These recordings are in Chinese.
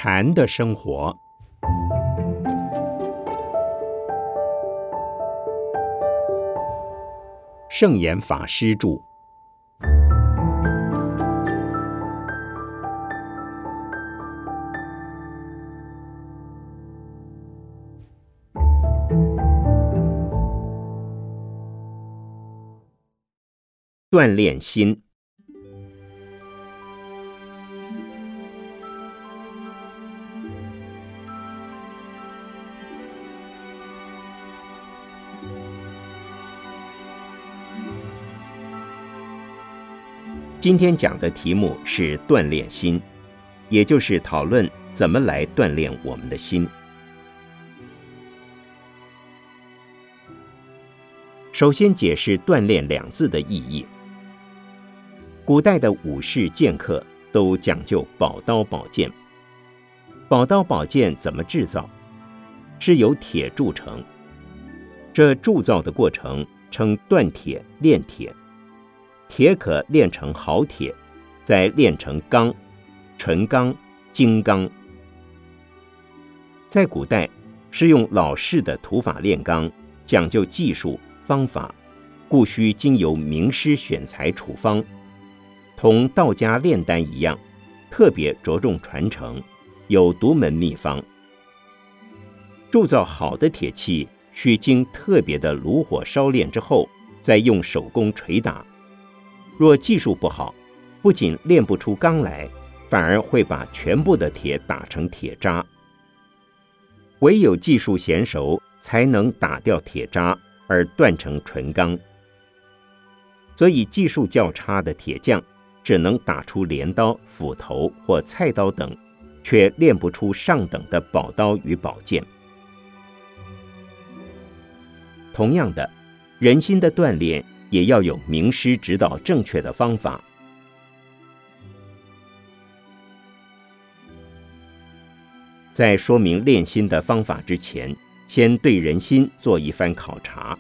禅的生活。圣严法师著。锻炼心。今天讲的题目是锻炼心，也就是讨论怎么来锻炼我们的心。首先解释锻炼两字的意义。古代的武士剑客都讲究宝刀宝剑。宝刀宝剑怎么制造？是由铁铸成。这铸造的过程称锻铁、炼铁。铁可炼成好铁，再炼成钢、纯钢、精钢。在古代是用老式的土法炼钢，讲究技术方法，故需经由名师选材处方，同道家炼丹一样，特别着重传承，有独门秘方。铸造好的铁器需经特别的炉火烧炼之后，再用手工捶打。若技术不好，不仅炼不出钢来，反而会把全部的铁打成铁渣。唯有技术娴熟，才能打掉铁渣，而锻成纯钢。所以技术较差的铁匠，只能打出镰刀、斧头或菜刀等，却炼不出上等的宝刀与宝剑。同样的，人心的锻炼也要有名师指导正确的方法。在说明练心的方法之前，先对人心做一番考察。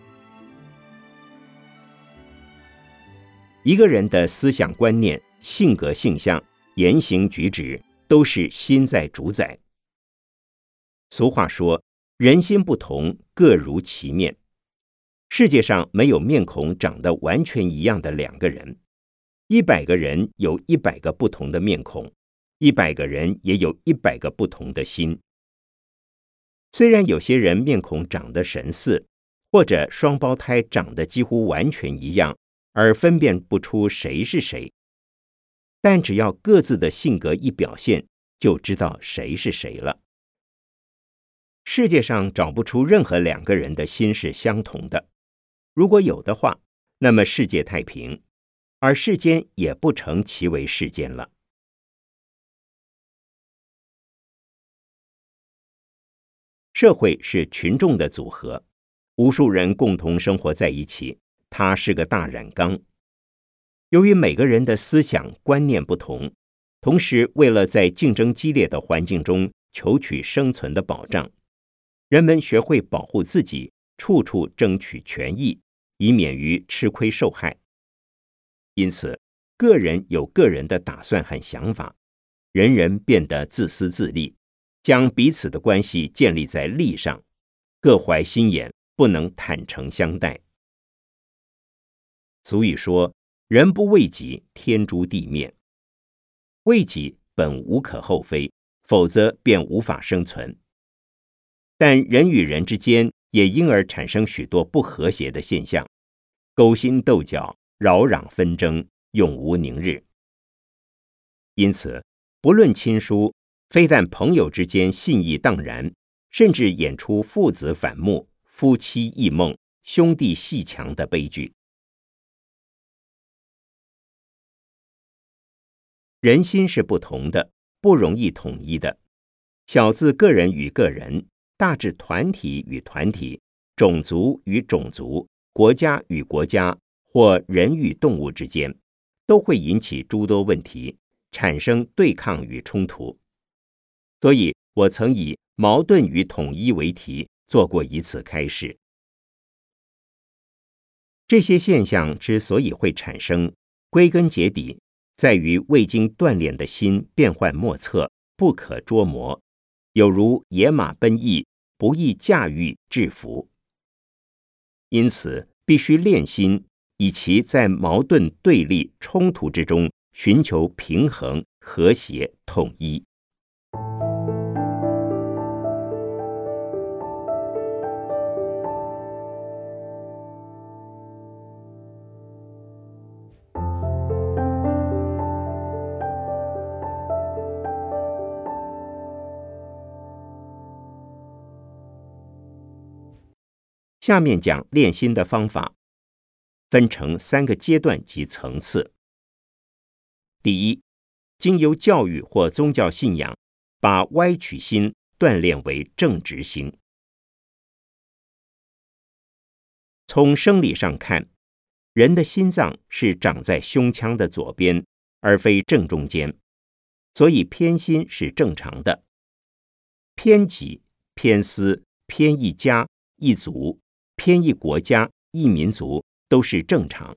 一个人的思想观念、性格性相、言行举止，都是心在主宰。俗话说，人心不同，各如其面。世界上没有面孔长得完全一样的两个人，100个人有100个不同的面孔，100个人也有100个不同的心。虽然有些人面孔长得神似，或者双胞胎长得几乎完全一样，而分辨不出谁是谁，但只要各自的性格一表现，就知道谁是谁了。世界上找不出任何2个人的心是相同的。如果有的话，那么世界太平，而世间也不成其为世间了。社会是群众的组合，无数人共同生活在一起，它是个大染缸。由于每个人的思想观念不同，同时为了在竞争激烈的环境中求取生存的保障，人们学会保护自己，处处争取权益，以免于吃亏受害。因此，个人有个人的打算和想法，人人变得自私自利，将彼此的关系建立在利上，各怀心眼，不能坦诚相待。俗语说，人不为己，天诛地灭。为己本无可厚非，否则便无法生存。但人与人之间也因而产生许多不和谐的现象，勾心斗角、扰攘纷争，永无宁日。因此，不论亲疏，非但朋友之间信义荡然，甚至演出父子反目、夫妻异梦、兄弟阋墙的悲剧。人心是不同的，不容易统一的，小至个人与个人，大至团体与团体，种族与种族，国家与国家，或人与动物之间，都会引起诸多问题，产生对抗与冲突。所以我曾以矛盾与统一为题做过一次开示。这些现象之所以会产生，归根结底在于未经锻炼的心变幻莫测， 不可捉摸，有如野马奔逸，不易驾驭制服。因此，必须练心，以其在矛盾、对立、冲突之中寻求平衡、和谐、统一。下面讲练心的方法，分成3个阶段及层次。第一，经由教育或宗教信仰，把歪曲心锻炼为正直心。从生理上看，人的心脏是长在胸腔的左边，而非正中间，所以偏心是正常的。偏己、偏私、偏一家、一族、偏一国家、一民族都是正常。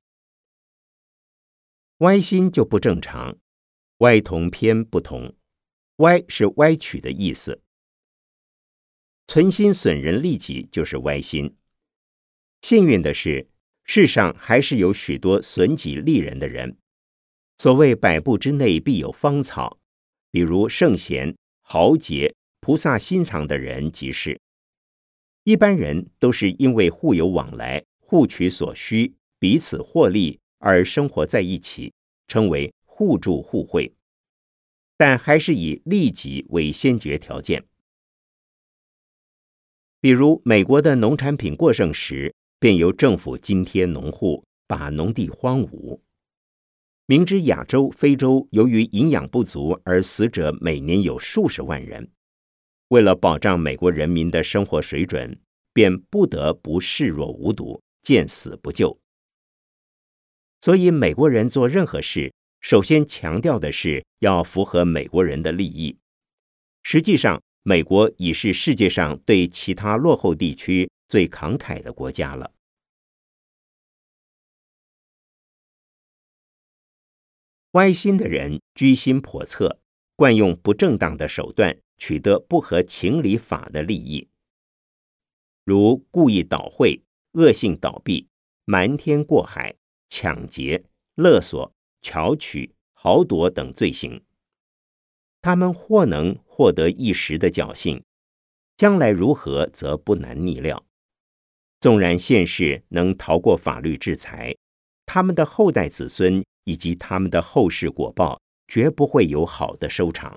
歪心就不正常，歪同偏不同，歪是歪曲的意思。存心损人利己就是歪心。幸运的是，世上还是有许多损己利人的人。所谓百步之内必有芳草，比如圣贤、豪杰、菩萨心肠的人即是。一般人都是因为互有往来、互取所需、彼此获利而生活在一起，称为互助互惠，但还是以利己为先决条件。比如美国的农产品过剩时，便由政府津贴农户，把农地荒芜。明知亚洲、非洲由于营养不足而死者每年有数十万人，为了保障美国人民的生活水准，便不得不视若无睹，见死不救。所以美国人做任何事，首先强调的是要符合美国人的利益。实际上，美国已是世界上对其他落后地区最慷慨的国家了。歪心的人居心叵测，惯用不正当的手段取得不合情理法的利益，如故意倒汇、恶性倒闭、瞒天过海、抢劫、勒索、巧取、豪夺等罪行。他们或能获得一时的侥幸，将来如何则不难逆料。纵然现世能逃过法律制裁，他们的后代子孙以及他们的后世果报绝不会有好的收场。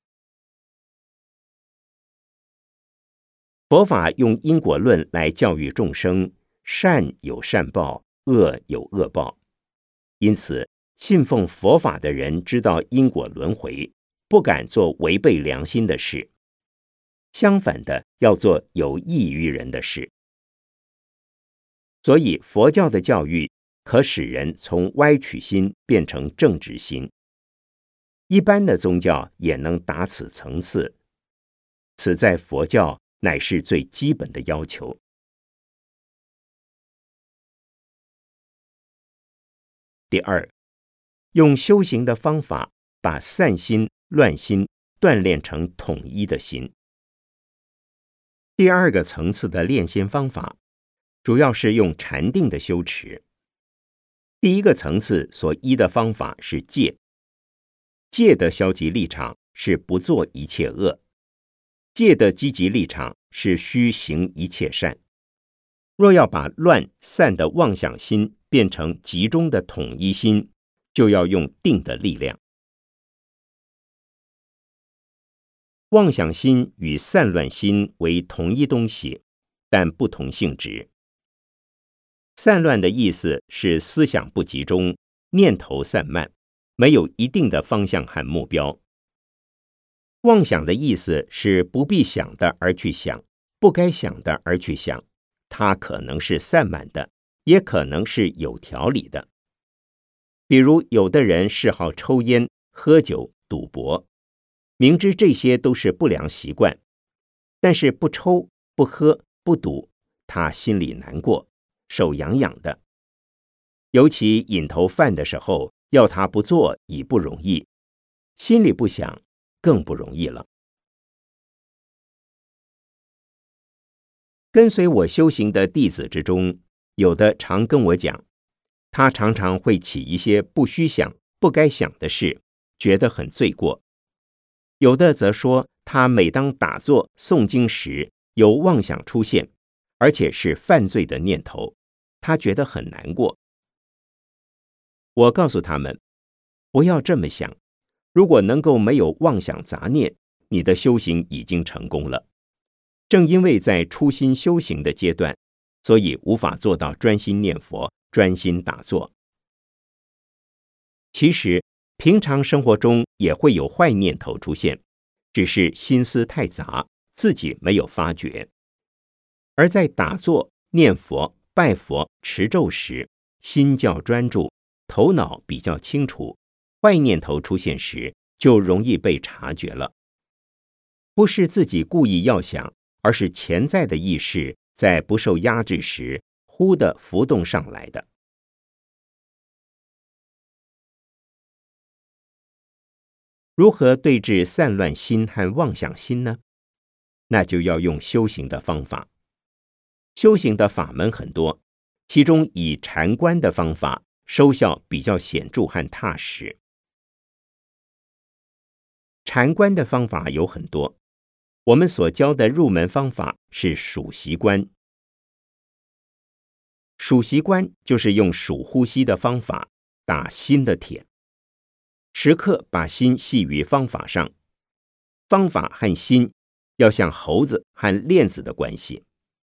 佛法用因果论来教育众生，善有善报，恶有恶报。因此，信奉佛法的人知道因果轮回，不敢做违背良心的事。相反的，要做有益于人的事。所以，佛教的教育可使人从歪曲心变成正直心。一般的宗教也能达此层次，此在佛教乃是最基本的要求。第二，用修行的方法，把散心、乱心锻炼成统一的心。第2个层次的练心方法，主要是用禅定的修持。第1个层次所依的方法是戒，戒的消极立场是不做一切恶，戒的积极立场是须行一切善。若要把乱散的妄想心变成集中的统一心，就要用定的力量。妄想心与散乱心为同一东西，但不同性质。散乱的意思是思想不集中，念头散漫，没有一定的方向和目标。妄想的意思是不必想的而去想，不该想的而去想，它可能是散漫的，也可能是有条理的。比如有的人嗜好抽烟、喝酒、赌博，明知这些都是不良习惯，但是不抽、不喝、不赌，他心里难过，手痒痒的。尤其瘾头犯的时候，要他不做已不容易，心里不想， 更不容易了。跟随我修行的弟子之中，有的常跟我讲，他常常会起一些不须想、不该想的事，觉得很罪过；有的则说，他每当打坐诵经时，有妄想出现，而且是犯罪的念头，他觉得很难过。我告诉他们，不要这么想，如果能够没有妄想杂念，你的修行已经成功了。正因为在初心修行的阶段，所以无法做到专心念佛、专心打坐。其实，平常生活中也会有坏念头出现，只是心思太杂，自己没有发觉。而在打坐、念佛、拜佛、持咒时，心较专注，头脑比较清楚，坏念头出现时，就容易被察觉了。不是自己故意要想，而是潜在的意识在不受压制时，忽地浮动上来的。如何对治散乱心和妄想心呢？那就要用修行的方法。修行的法门很多，其中以禅观的方法收效比较显著和踏实。禅观的方法有很多，我们所教的入门方法是数息观。数息观就是用数呼吸的方法打心的铁，时刻把心系于方法上。方法和心要像猴子和链子的关系。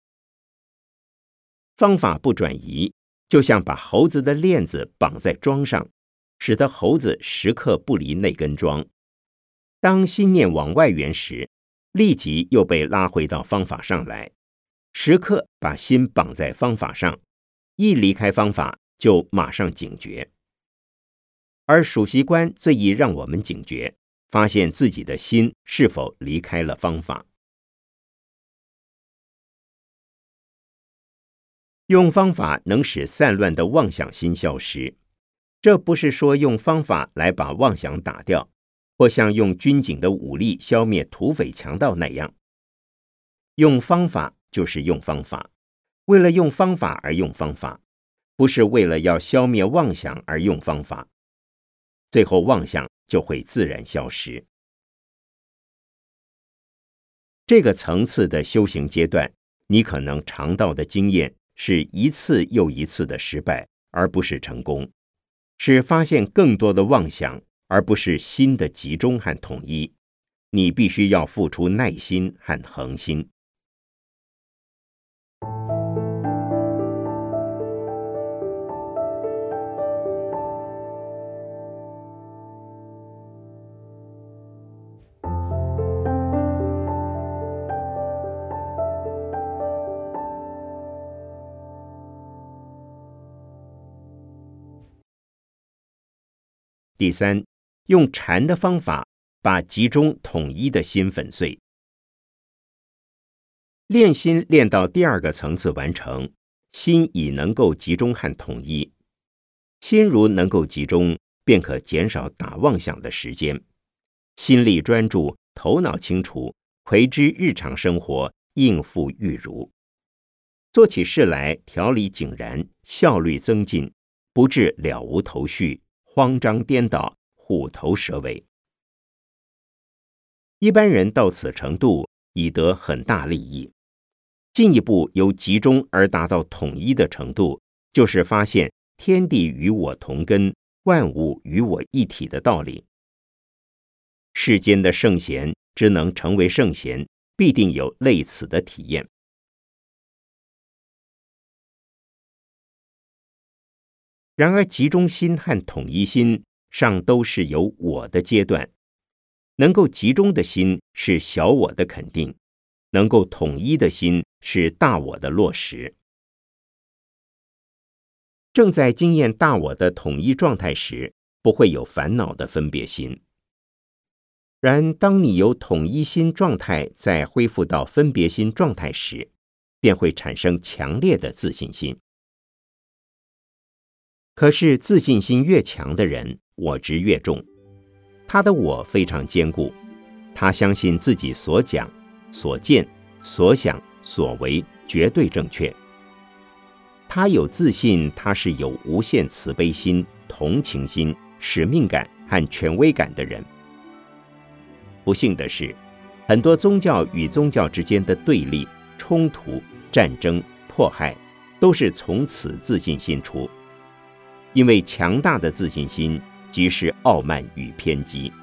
方法不转移，就像把猴子的链子绑在桩上，使得猴子时刻不离那根桩。当心念往外缘时，立即又被拉回到方法上来，时刻把心绑在方法上，一离开方法就马上警觉。而数息观最易让我们警觉，发现自己的心是否离开了方法。用方法能使散乱的妄想心消失，这不是说用方法来把妄想打掉，或像用军警的武力消灭土匪强盗那样。用方法就是用方法，为了用方法而用方法，不是为了要消灭妄想而用方法，最后妄想就会自然消失。这个层次的修行阶段，你可能尝到的经验是一次又一次的失败，而不是成功，是发现更多的妄想，而不是心的集中和统一。你必须要付出耐心和恒心。第三，用禅的方法把集中统一的心粉碎。练心练到第二个层次完成，心已能够集中和统一。心如能够集中，便可减少打妄想的时间，心力专注，头脑清楚，回之日常生活，应付愈如。做起事来条理井然，效率增进，不致了无头绪，慌张颠倒，虎头蛇尾。一般人到此程度，已得很大利益。进一步由集中而达到统一的程度，就是发现天地与我同根，万物与我一体的道理。世间的圣贤只能成为圣贤，必定有类似的体验。然而集中心和统一心尚都是有我的阶段，能够集中的心是小我的肯定，能够统一的心是大我的落实。正在经验大我的统一状态时，不会有烦恼的分别心。然当你由统一心状态再恢复到分别心状态时，便会产生强烈的自信心。可是自信心越强的人，我执越重，他的我非常坚固， 他相信自己所讲、所见、所想、所为绝对正确。他有自信，他是有无限慈悲心、同情心、使命感和权威感的人。不幸的是，很多宗教与宗教之间的对立、冲突、战争、迫害，都是从此自信心出。因为强大的自信心即是傲慢与偏激。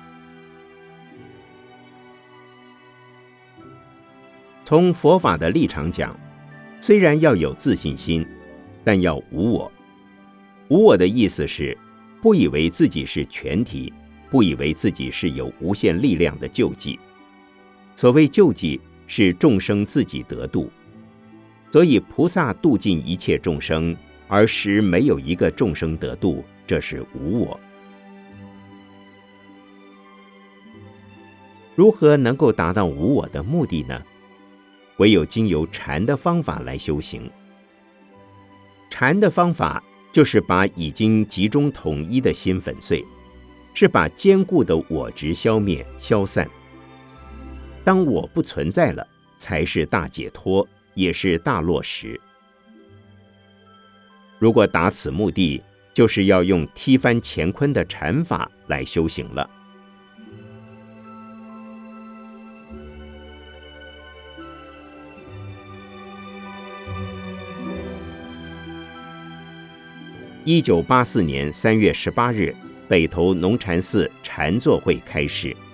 从佛法的立场讲，虽然要有自信心，但要无我。无我的意思是，不以为自己是全体，不以为自己是有无限力量的救济。所谓救济，是众生自己得度。所以菩萨度尽一切众生，而实没有一个众生得度，这是无我。如何能够达到无我的目的呢？唯有经由禅的方法来修行。禅的方法就是把已经集中统一的心粉碎，是把坚固的我执消灭消散。当我不存在了，才是大解脱，也是大落实。如果达此目的，就是要用踢翻乾坤的禅法来修行了。1984年3月18日，北投农禅寺禅坐会开示。